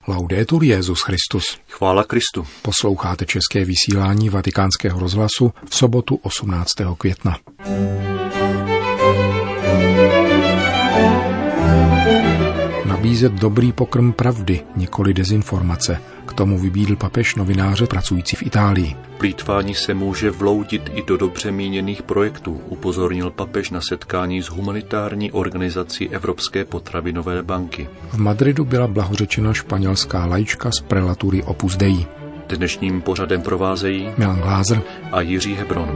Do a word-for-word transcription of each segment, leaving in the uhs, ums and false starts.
Laudetur Jesus Christus. Chvála Kristu. Posloucháte české vysílání Vatikánského rozhlasu v sobotu osmnáctého května. Nabízet dobrý pokrm pravdy, nikoli dezinformace. K tomu vybídl papež novináře pracující v Itálii. Plýtvání se může vloudit i do dobře míněných projektů, upozornil papež na setkání s humanitární organizací Evropské potravinové banky. V Madridu byla blahořečena španělská laička z prelatury Opus Dei. Dnešním pořadem provázejí Milan Glázer a Jiří Hebron.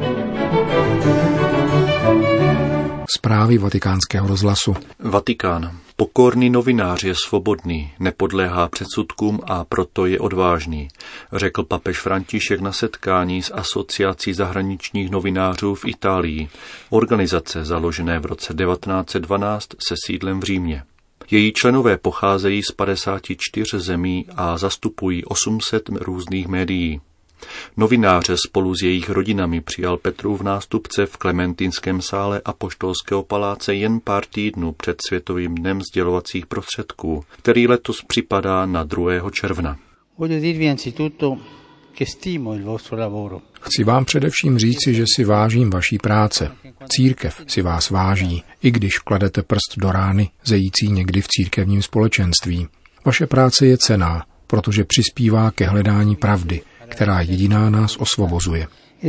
Zprávy Vatikánského rozhlasu. Vatikán. Pokorný novinář je svobodný, nepodléhá předsudkům a proto je odvážný, řekl papež František na setkání s Asociací zahraničních novinářů v Itálii, organizace založené v roce devatenáct set dvanáct se sídlem v Římě. Její členové pocházejí z padesáti čtyř zemí a zastupují osm set různých médií. Novináře spolu s jejich rodinami přijal Petrův nástupce v Klementinském sále Apoštolského paláce jen pár týdnů před Světovým dnem sdělovacích prostředků, který letos připadá na druhého června. Chci vám především říci, že si vážím vaší práce. Církev si vás váží, i když kladete prst do rány, zející někdy v církevním společenství. Vaše práce je cenná, protože přispívá ke hledání pravdy, která jediná nás osvobozuje.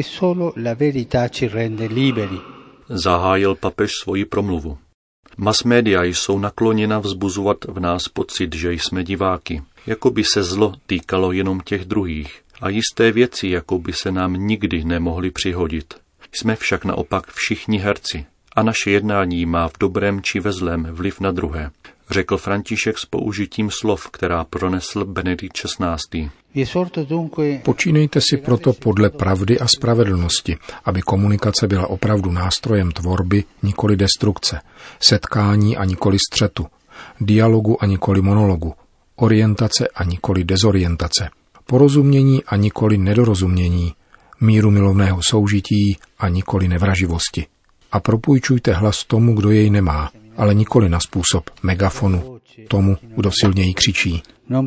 Zahájil papež svoji promluvu. Masmédia jsou nakloněna vzbuzovat v nás pocit, že jsme diváky, jako by se zlo týkalo jenom těch druhých a jisté věci, jako by se nám nikdy nemohly přihodit. Jsme však naopak všichni herci a naše jednání má v dobrém či ve zlém vliv na druhé, řekl František s použitím slov, která pronesl Benedikt šestnáctý. Počínejte si proto podle pravdy a spravedlnosti, aby komunikace byla opravdu nástrojem tvorby, nikoli destrukce, setkání a nikoli střetu, dialogu a nikoli monologu, orientace a nikoli dezorientace, porozumění a nikoli nedorozumění, míru milovného soužití a nikoli nevraživosti. A propůjčujte hlas tomu, kdo jej nemá, ale nikoli na způsob megafonu, tomu, kdo silněji křičí.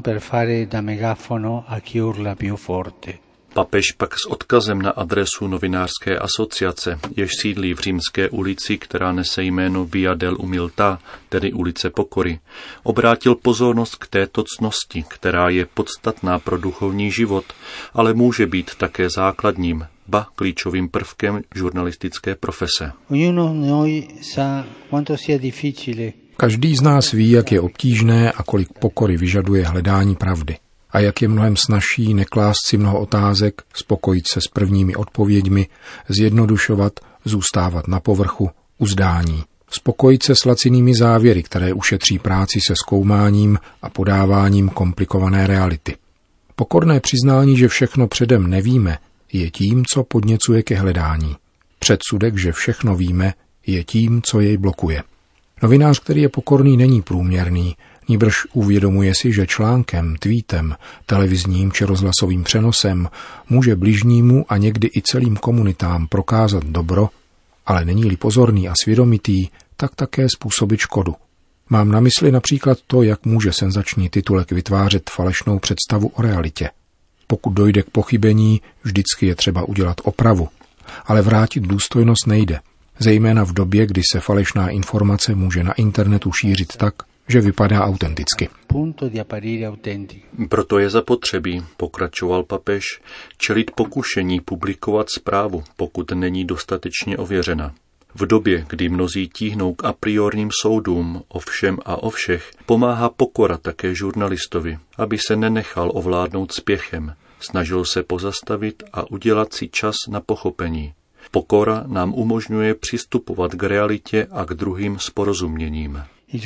Papež pak s odkazem na adresu novinářské asociace, jež sídlí v Římské ulici, která nese jméno Via del Umiltà, tedy ulice pokory, obrátil pozornost k této ctnosti, která je podstatná pro duchovní život, ale může být také základním, ba klíčovým prvkem žurnalistické profese. Každý z nás ví, jak je obtížné a kolik pokory vyžaduje hledání pravdy. A jak je mnohem snazší neklást si mnoho otázek, spokojit se s prvními odpověďmi, zjednodušovat, zůstávat na povrchu, uzdání. Spokojit se s lacinými závěry, které ušetří práci se zkoumáním a podáváním komplikované reality. Pokorné přiznání, že všechno předem nevíme, je tím, co podněcuje ke hledání. Předsudek, že všechno víme, je tím, co jej blokuje. Novinář, který je pokorný, není průměrný, nýbrž uvědomuje si, že článkem, tweetem, televizním či rozhlasovým přenosem může bližnímu a někdy i celým komunitám prokázat dobro, ale není-li pozorný a svědomitý, tak také způsobit škodu. Mám na mysli například to, jak může senzační titulek vytvářet falešnou představu o realitě. Pokud dojde k pochybení, vždycky je třeba udělat opravu, ale vrátit důstojnost nejde, zejména v době, kdy se falešná informace může na internetu šířit tak, že vypadá autenticky. Proto je zapotřebí, pokračoval papež, čelit pokušení publikovat zprávu, pokud není dostatečně ověřena. V době, kdy mnozí tíhnou k a priorním soudům o všem a o všech, pomáhá pokora také žurnalistovi, aby se nenechal ovládnout spěchem, snažil se pozastavit a udělat si čas na pochopení. Pokora nám umožňuje přistupovat k realitě a k druhým s porozuměním.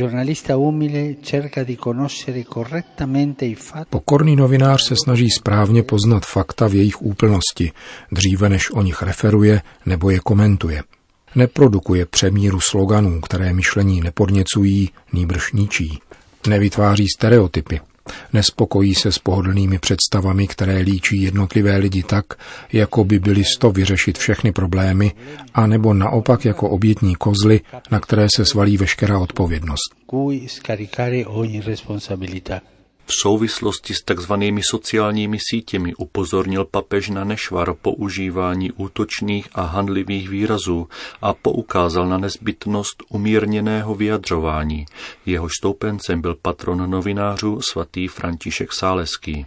Pokorný novinář se snaží správně poznat fakta v jejich úplnosti, dříve než o nich referuje nebo je komentuje. Neprodukuje přemíru sloganů, které myšlení nepodněcují, nýbrž ničí. Nevytváří stereotypy. Nespokojí se s pohodlnými představami, které líčí jednotlivé lidi tak, jako by byli sto vyřešit všechny problémy, a nebo naopak jako obětní kozly, na které se svalí veškerá odpovědnost. V V souvislosti s takzvanými sociálními sítěmi upozornil papež na nešvar používání útočných a hanlivých výrazů a poukázal na nezbytnost umírněného vyjadřování. Jehož stoupencem byl patron novinářů svatý František Sáleský.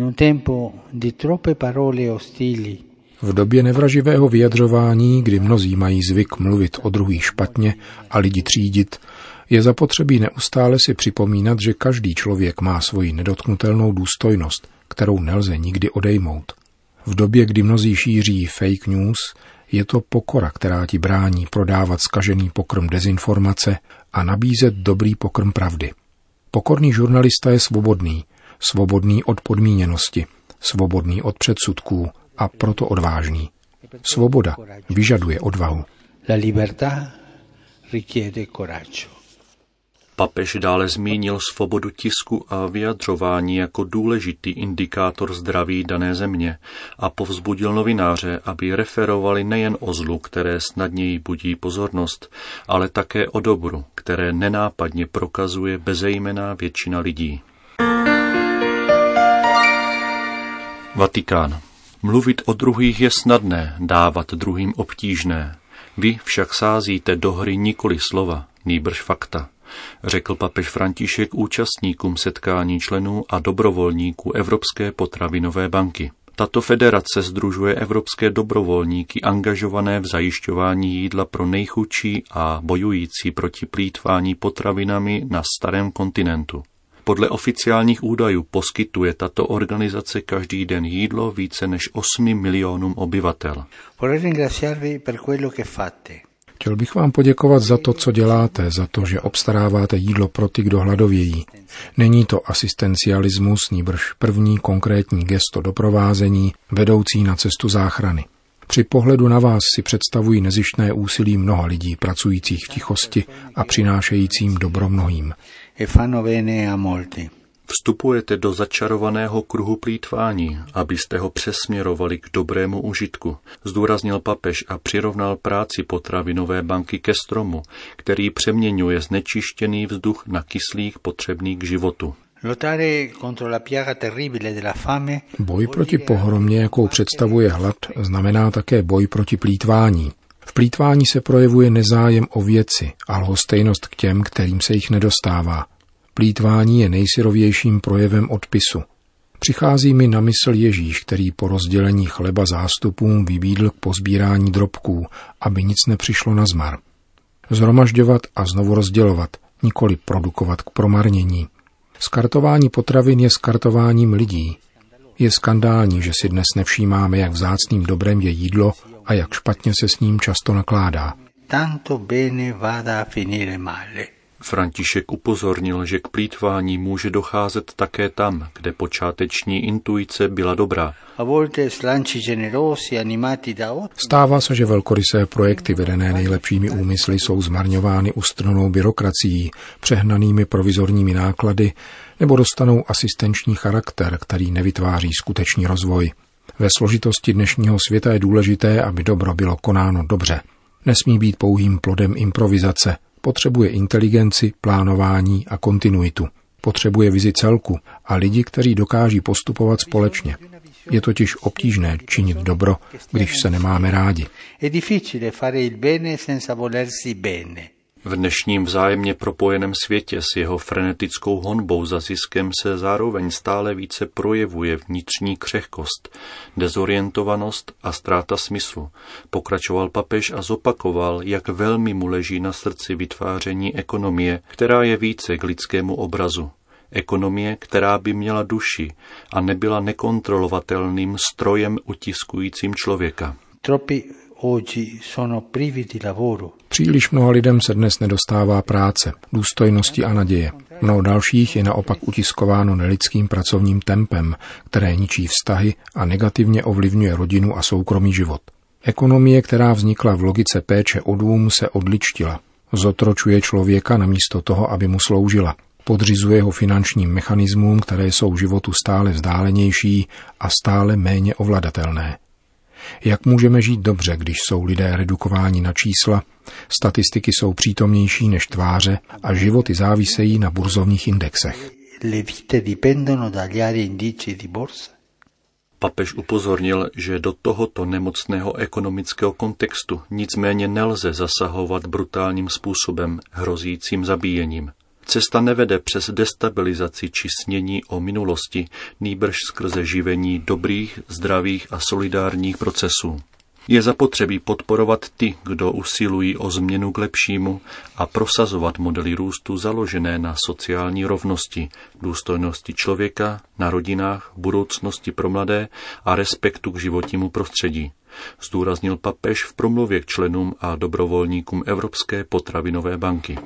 V době nevraživého vyjadřování, kdy mnozí mají zvyk mluvit o druhých špatně a lidi třídit, je zapotřebí neustále si připomínat, že každý člověk má svoji nedotknutelnou důstojnost, kterou nelze nikdy odejmout. V době, kdy mnozí šíří fake news, je to pokora, která ti brání prodávat zkažený pokrm dezinformace a nabízet dobrý pokrm pravdy. Pokorný žurnalista je svobodný, svobodný od podmíněnosti, svobodný od předsudků a proto odvážný. Svoboda vyžaduje odvahu. La libertà richiede coraggio. Papež dále zmínil svobodu tisku a vyjadřování jako důležitý indikátor zdraví dané země a povzbudil novináře, aby referovali nejen o zlu, které snadněji budí pozornost, ale také o dobru, které nenápadně prokazuje bezejmenná většina lidí. Vatikán. Mluvit o druhých je snadné, dávat druhým obtížné. Vy však sázíte do hry nikoli slova, nýbrž fakta, řekl papež František účastníkům setkání členů a dobrovolníků Evropské potravinové banky. Tato federace sdružuje evropské dobrovolníky angažované v zajišťování jídla pro nejchudší a bojující proti plýtvání potravinami na starém kontinentu. Podle oficiálních údajů poskytuje tato organizace každý den jídlo více než osmi milionům obyvatel. Chtěl bych vám poděkovat za to, co děláte, za to, že obstaráváte jídlo pro ty, kdo hladovějí. Není to asistencialismus, nýbrž první konkrétní gesto doprovázení, vedoucí na cestu záchrany. Při pohledu na vás si představují nezištné úsilí mnoha lidí pracujících v tichosti a přinášejícím dobro mnohým. Vstupujete do začarovaného kruhu plýtvání, abyste ho přesměrovali k dobrému užitku, zdůraznil papež a přirovnal práci potravinové banky ke stromu, který přeměňuje znečištěný vzduch na kyslík potřebný k životu. Boj proti pohromě, jakou představuje hlad, znamená také boj proti plýtvání. V plýtvání se projevuje nezájem o věci a lhostejnost k těm, kterým se jich nedostává. Plýtvání je nejsyrovějším projevem odpisu. Přichází mi na mysl Ježíš, který po rozdělení chleba zástupům vybídl k pozbírání drobků, aby nic nepřišlo na zmar. Zhromažďovat a znovu rozdělovat, nikoli produkovat k promarnění. Skartování potravin je skartováním lidí. Je skandální, že si dnes nevšímáme, jak vzácným dobrem je jídlo a jak špatně se s ním často nakládá. Tanto bene vada a finire male. František upozornil, že k plýtvání může docházet také tam, kde počáteční intuice byla dobrá. Stává se, že velkorysé projekty vedené nejlepšími úmysly jsou zmarňovány ustronnou byrokracií, přehnanými provizorními náklady nebo dostanou asistenční charakter, který nevytváří skutečný rozvoj. Ve složitosti dnešního světa je důležité, aby dobro bylo konáno dobře. Nesmí být pouhým plodem improvizace. Potřebuje inteligenci, plánování a kontinuitu. Potřebuje vizi celku a lidi, kteří dokáží postupovat společně. Je totiž obtížné činit dobro, když se nemáme rádi. V dnešním vzájemně propojeném světě s jeho frenetickou honbou za ziskem se zároveň stále více projevuje vnitřní křehkost, dezorientovanost a ztráta smyslu. Pokračoval papež a zopakoval, jak velmi mu leží na srdci vytváření ekonomie, která je více k lidskému obrazu. Ekonomie, která by měla duši a nebyla nekontrolovatelným strojem utiskujícím člověka. Tropi oggi sono privi di lavoro. Příliš mnoha lidem se dnes nedostává práce, důstojnosti a naděje. Mnoho dalších je naopak utiskováno nelidským pracovním tempem, které ničí vztahy a negativně ovlivňuje rodinu a soukromý život. Ekonomie, která vznikla v logice péče o dům, se odličtila. Zotročuje člověka namísto toho, aby mu sloužila. Podřizuje ho finančním mechanismům, které jsou životu stále vzdálenější a stále méně ovladatelné. Jak můžeme žít dobře, když jsou lidé redukováni na čísla, statistiky jsou přítomnější než tváře a životy závisejí na burzovních indexech? le vite dipendono dagli aree indici di borsa. Papež upozornil, že do tohoto nemocného ekonomického kontextu nicméně nelze zasahovat brutálním způsobem, hrozícím zabíjením. Cesta nevede přes destabilizaci či snění o minulosti, nýbrž skrze živení dobrých, zdravých a solidárních procesů. Je zapotřebí podporovat ty, kdo usilují o změnu k lepšímu a prosazovat modely růstu založené na sociální rovnosti, důstojnosti člověka, na rodinách, budoucnosti pro mladé a respektu k životnímu prostředí, zdůraznil papež v promluvě k členům a dobrovolníkům Evropské potravinové banky.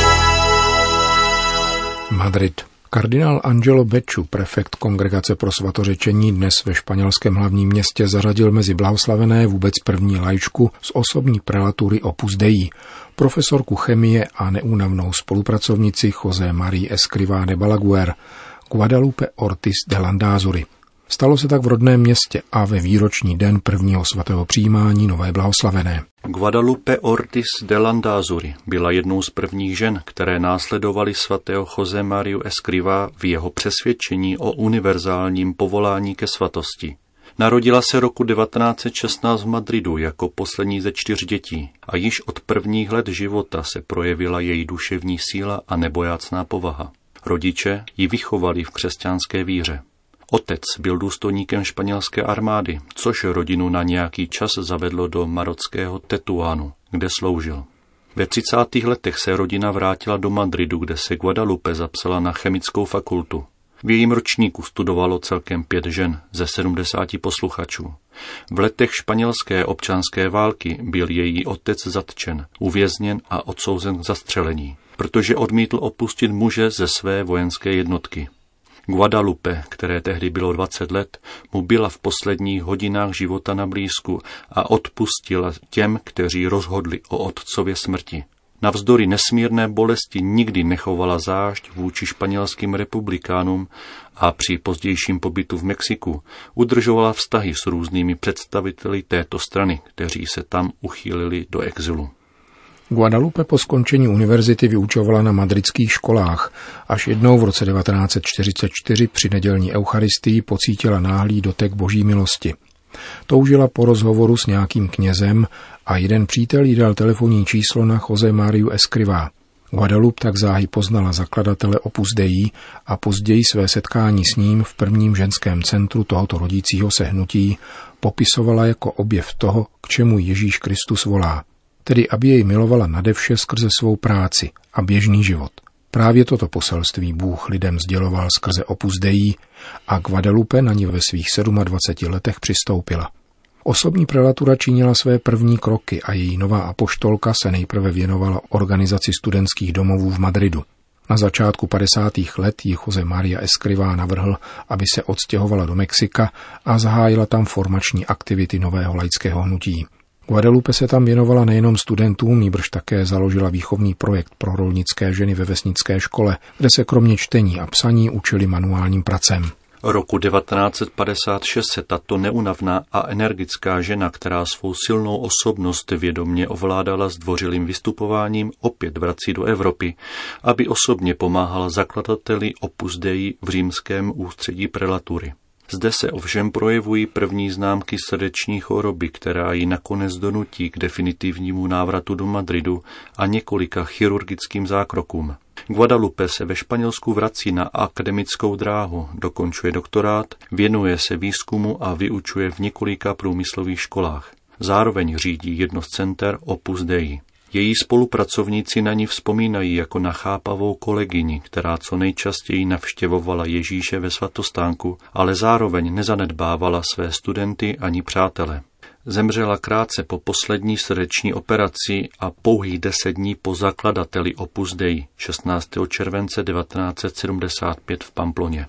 Madrid. Kardinál Angelo Becciu, prefekt Kongregace pro svatořečení, dnes ve španělském hlavním městě zařadil mezi blahoslavené vůbec první laičku z osobní prelatury Opus Dei, profesorku chemie a neúnavnou spolupracovnici José Marie Escrivá de Balaguer, Guadalupe Ortiz de Landázuri. Stalo se tak v rodném městě a ve výroční den prvního svatého přijímání nové blahoslavené. Guadalupe Ortiz de Landázuri byla jednou z prvních žen, které následovaly svatého José Mariu Escrivá v jeho přesvědčení o univerzálním povolání ke svatosti. Narodila se roku devatenáct set šestnáct v Madridu jako poslední ze čtyř dětí a již od prvních let života se projevila její duševní síla a nebojácná povaha. Rodiče ji vychovali v křesťanské víře. Otec byl důstojníkem španělské armády, což rodinu na nějaký čas zavedlo do marockého Tetuánu, kde sloužil. Ve třicátých letech se rodina vrátila do Madridu, kde se Guadalupe zapsala na chemickou fakultu. V jejím ročníku studovalo celkem pět žen ze sedmdesáti posluchačů. V letech španělské občanské války byl její otec zatčen, uvězněn a odsouzen k zastřelení, protože odmítl opustit muže ze své vojenské jednotky. Guadalupe, které tehdy bylo dvacet let, mu byla v posledních hodinách života na blízku a odpustila těm, kteří rozhodli o otcově smrti. Navzdory nesmírné bolesti nikdy nechovala zášť vůči španělským republikánům a při pozdějším pobytu v Mexiku udržovala vztahy s různými představiteli této strany, kteří se tam uchýlili do exilu. Guadalupe po skončení univerzity vyučovala na madridských školách, až jednou v roce devatenáct set čtyřicet čtyři při nedělní eucharistii pocítila náhlý dotek boží milosti. Toužila po rozhovoru s nějakým knězem a jeden přítel jí dal telefonní číslo na José Mariu Escrivá. Guadalupe tak záhy poznala zakladatele Opus Dei a později své setkání s ním v prvním ženském centru tohoto rodícího se hnutí popisovala jako objev toho, k čemu Ježíš Kristus volá. Tedy aby jej milovala nadevše skrze svou práci a běžný život. Právě toto poselství Bůh lidem sděloval skrze Opus Dei a Guadalupe na ní ve svých dvaceti sedmi letech přistoupila. Osobní prelatura činila své první kroky a její nová apoštolka se nejprve věnovala organizaci studentských domovů v Madridu. Na začátku padesátých let ji José Maria Escrivá navrhl, aby se odstěhovala do Mexika a zahájila tam formační aktivity nového laického hnutí. Guadalupe se tam věnovala nejenom studentům, nýbrž také založila výchovný projekt pro rolnické ženy ve vesnické škole, kde se kromě čtení a psaní učili manuálním pracem. Roku devatenáct set padesát šest se tato neunavná a energická žena, která svou silnou osobnost vědomě ovládala zdvořilým vystupováním, opět vrací do Evropy, aby osobně pomáhala zakladateli Opus Dei v římském ústředí prelatury. Zde se ovšem projevují první známky srdeční choroby, která ji nakonec donutí k definitivnímu návratu do Madridu a několika chirurgickým zákrokům. Guadalupe se ve Španělsku vrací na akademickou dráhu, dokončuje doktorát, věnuje se výzkumu a vyučuje v několika průmyslových školách. Zároveň řídí jedno z center Opus Dei. Její spolupracovníci na ní vzpomínají jako na chápavou kolegyni, která co nejčastěji navštěvovala Ježíše ve svatostánku, ale zároveň nezanedbávala své studenty ani přátele. Zemřela krátce po poslední srdeční operaci a pouhých deset dní po zakladateli Opus Dei šestnáctého července devatenáct set sedmdesát pět v Pamploně.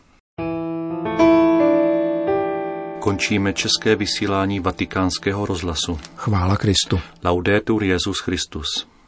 Končíme české vysílání Vatikánského rozhlasu. Chvála Kristu. Laudetur Jesus Christus.